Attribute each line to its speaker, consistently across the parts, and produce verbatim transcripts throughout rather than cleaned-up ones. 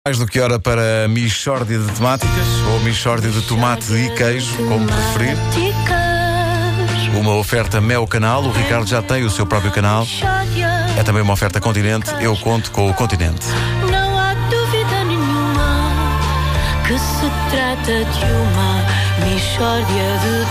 Speaker 1: Mais do que hora para mixórdia de temáticas, ou mixórdia de tomate e queijo, como preferir. Uma oferta Mel Canal, o Ricardo já tem o seu próprio canal. É também uma oferta Continente, eu conto com o Continente.
Speaker 2: Não há dúvida nenhuma que se trata de uma mixórdia de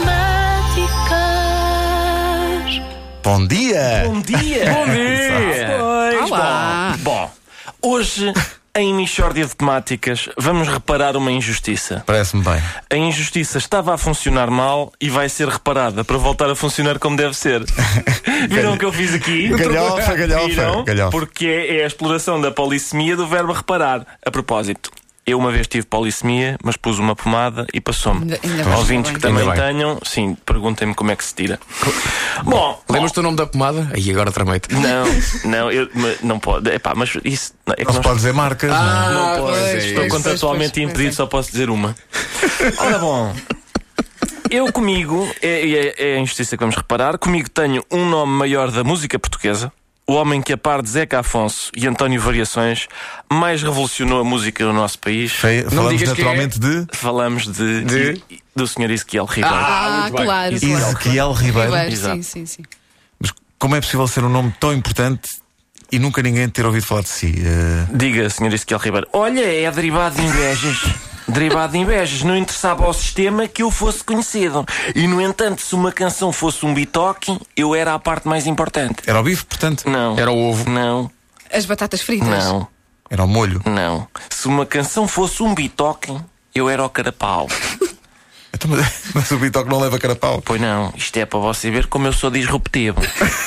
Speaker 2: temáticas.
Speaker 1: Bom dia!
Speaker 3: Bom dia! Bom dia! Pois,
Speaker 4: Olá.
Speaker 3: Bom, bom, hoje, em Mixórdia de Temáticas, vamos reparar uma injustiça.
Speaker 1: Parece-me bem.
Speaker 3: A injustiça estava a funcionar mal e vai ser reparada para voltar a funcionar como deve ser. Viram o que eu fiz aqui?
Speaker 1: Galhofa, galhofa,
Speaker 3: Viram?
Speaker 1: galhofa.
Speaker 3: Porque é a exploração da polissemia do verbo reparar. A propósito, eu uma vez tive polissemia, mas pus uma pomada e passou-me.
Speaker 4: Ainda- ainda bem.
Speaker 3: Ouvintes que também
Speaker 4: Ainda bem.
Speaker 3: tenham, sim, perguntem-me como é que se tira. Bom,
Speaker 4: Lembras-te o nome da pomada? Aí agora tramei-te.
Speaker 3: não, não, eu, mas não pode. Epá, mas isso é que
Speaker 1: Não se
Speaker 3: nós
Speaker 1: pode dizer marcas, não é?
Speaker 3: não
Speaker 4: Ah,
Speaker 3: posso.
Speaker 4: pois,
Speaker 3: Estou
Speaker 4: pois,
Speaker 3: contratualmente
Speaker 4: pois, pois,
Speaker 3: impedido,
Speaker 4: pois,
Speaker 3: só posso dizer uma. Ora bom, eu comigo, é, é, é a injustiça que vamos reparar, comigo tenho um nome maior da música portuguesa, o homem que, a par de Zeca Afonso e António Variações, mais revolucionou a música no nosso país.
Speaker 1: Fe- Falamos
Speaker 4: digas que
Speaker 1: naturalmente de
Speaker 3: Falamos de,
Speaker 4: De?
Speaker 3: do senhor Ezequiel Ribeiro.
Speaker 4: Ah,
Speaker 5: Ah,
Speaker 4: muito bem.
Speaker 5: claro,
Speaker 3: Isso.
Speaker 5: claro.
Speaker 1: Ezequiel Ribeiro.
Speaker 5: Ribeiro,
Speaker 3: Exato.
Speaker 5: sim, sim, sim.
Speaker 1: Mas como é possível ser um nome tão importante e nunca ninguém ter ouvido falar de si? Eh,
Speaker 3: Diga, senhor Ezequiel Ribeiro. Olha, é derivado de invejas. Derivado de invejas. Não interessava ao sistema que eu fosse conhecido. E, no entanto, se uma canção fosse um bitoque, eu era a parte mais importante.
Speaker 1: Era o bife, portanto?
Speaker 3: Não.
Speaker 4: Era o ovo.
Speaker 3: Não,
Speaker 5: As batatas fritas.
Speaker 3: não,
Speaker 1: Era o molho.
Speaker 3: não. Se uma canção fosse um bitoque, eu era o carapau.
Speaker 1: Então, mas, mas o bitoque não leva carapau.
Speaker 3: Pois não, isto é para você ver como eu sou disruptivo.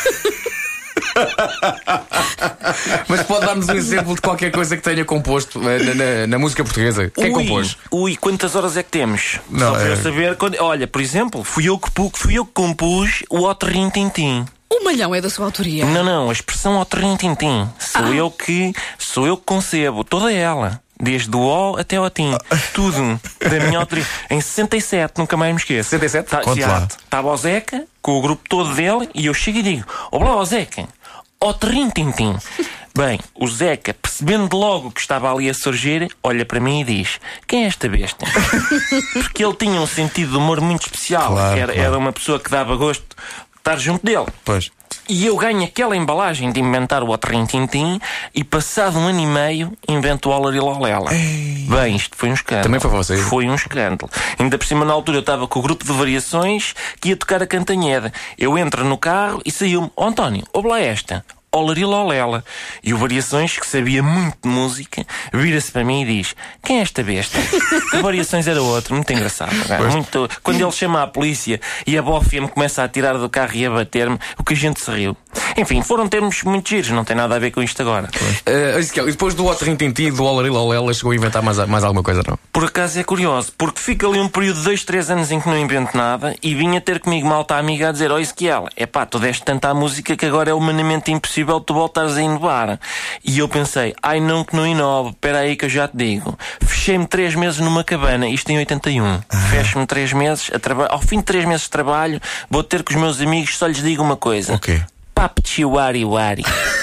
Speaker 4: Mas pode dar-nos um exemplo de qualquer coisa que tenha composto eh, na, na- na música portuguesa? Quem
Speaker 3: ui,
Speaker 4: compôs?
Speaker 3: ui, quantas horas é que temos?
Speaker 1: Não,
Speaker 3: Só para
Speaker 1: é-
Speaker 3: eu saber. Quando... Olha, por exemplo, fui eu que, pu- fui eu que compus o Oterrim-Tintim.
Speaker 5: O malhão é da sua autoria.
Speaker 3: Não, não, a expressão Oterrim-Tintim. Sou
Speaker 5: Ah.
Speaker 3: eu que sou eu que concebo toda ela. Desde o O até ao Tim. Tudo. Da minha autoria. Em sessenta e sete, nunca mais me esqueço.
Speaker 4: sessenta e sete?
Speaker 3: Tá,
Speaker 1: Conte
Speaker 3: já,
Speaker 1: lá.
Speaker 3: Estava o Zeca, com o grupo todo dele, e eu chego e digo: Olá, ó Zeca, Oterrim-Tintim. Bem, o Zeca, percebendo logo que estava ali a surgir, olha para mim e diz: quem é esta besta? Porque ele tinha um sentido de humor muito especial.
Speaker 1: Claro,
Speaker 3: era,
Speaker 1: claro.
Speaker 3: era uma pessoa que dava gosto de estar junto dele.
Speaker 1: Pois.
Speaker 3: E eu ganho aquela embalagem de inventar o Oterrim-Tintim e, passado um ano e meio, invento o Olarilolela. Bem, isto foi um escândalo.
Speaker 4: Também foi você?
Speaker 3: Foi um escândalo. Ainda por cima, na altura, eu estava com o grupo de variações que ia tocar a Cantanhede. Eu entro no carro e saiu-me: oh, António, ouve lá esta. Olarilolela. E o Variações, que sabia muito de música, vira-se para mim e diz: quem é esta besta? O Variações era outro, muito engraçado. Não é? Muito... Quando ele chama a polícia e a bófia me começa a tirar do carro e a bater-me, o que a gente se riu. Enfim, foram termos muito giros, não tem nada a ver com isto agora.
Speaker 4: Eh, Ezequiel, e depois do Oterrim-Tintim, do Olarilolela, chegou a inventar mais, mais alguma coisa, não?
Speaker 3: Por acaso é curioso, porque fica ali um período de dois, três anos em que não invento nada e vinha ter comigo malta amiga a dizer: ó Ezequiel, é pá, tu deste tanto à música que agora é humanamente impossível tu voltares a inovar. E eu pensei: ai não que não inovo, espera aí que eu já te digo. Fechei-me três meses numa cabana, isto em oitenta e um. Fecho-me três meses, a traba... ao fim de três meses de trabalho, vou ter com os meus amigos, só lhes digo uma coisa:
Speaker 1: O quê?
Speaker 3: papo de chiwari-wari.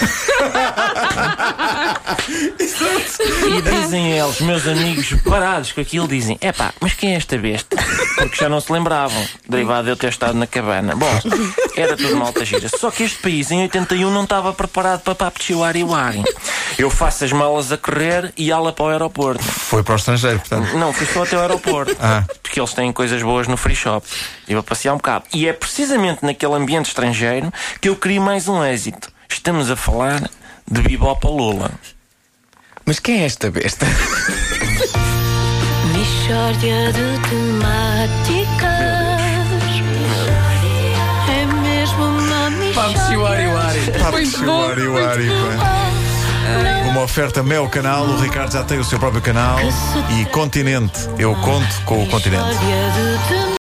Speaker 3: E dizem eles, meus amigos, parados com aquilo, dizem: epá, mas quem é esta besta? Porque já não se lembravam, derivado de eu ter estado na cabana. Bom, era tudo malta gira. Só que este país, em oitenta e um, não estava preparado para papo de chiwari-wari. Eu faço as malas a correr e ala para o aeroporto.
Speaker 1: Foi para o estrangeiro, portanto.
Speaker 3: Não, fui só até o aeroporto.
Speaker 1: Ah.
Speaker 3: Porque eles têm coisas boas no free shop. E vou passear um bocado. E é precisamente naquele ambiente estrangeiro que eu queria mais um êxito. Estamos a falar de Bebop a Lula.
Speaker 4: Mas quem é esta besta?
Speaker 2: Mixórdia de temáticas. É mesmo uma
Speaker 4: Papo de chiwari-wari.
Speaker 2: mixórdia.
Speaker 1: Papo de chiwari-wari, pá. Uma oferta Mel Canal, o Ricardo já tem o seu próprio canal. E Continente, eu conto com o Continente.
Speaker 2: Mixórdia de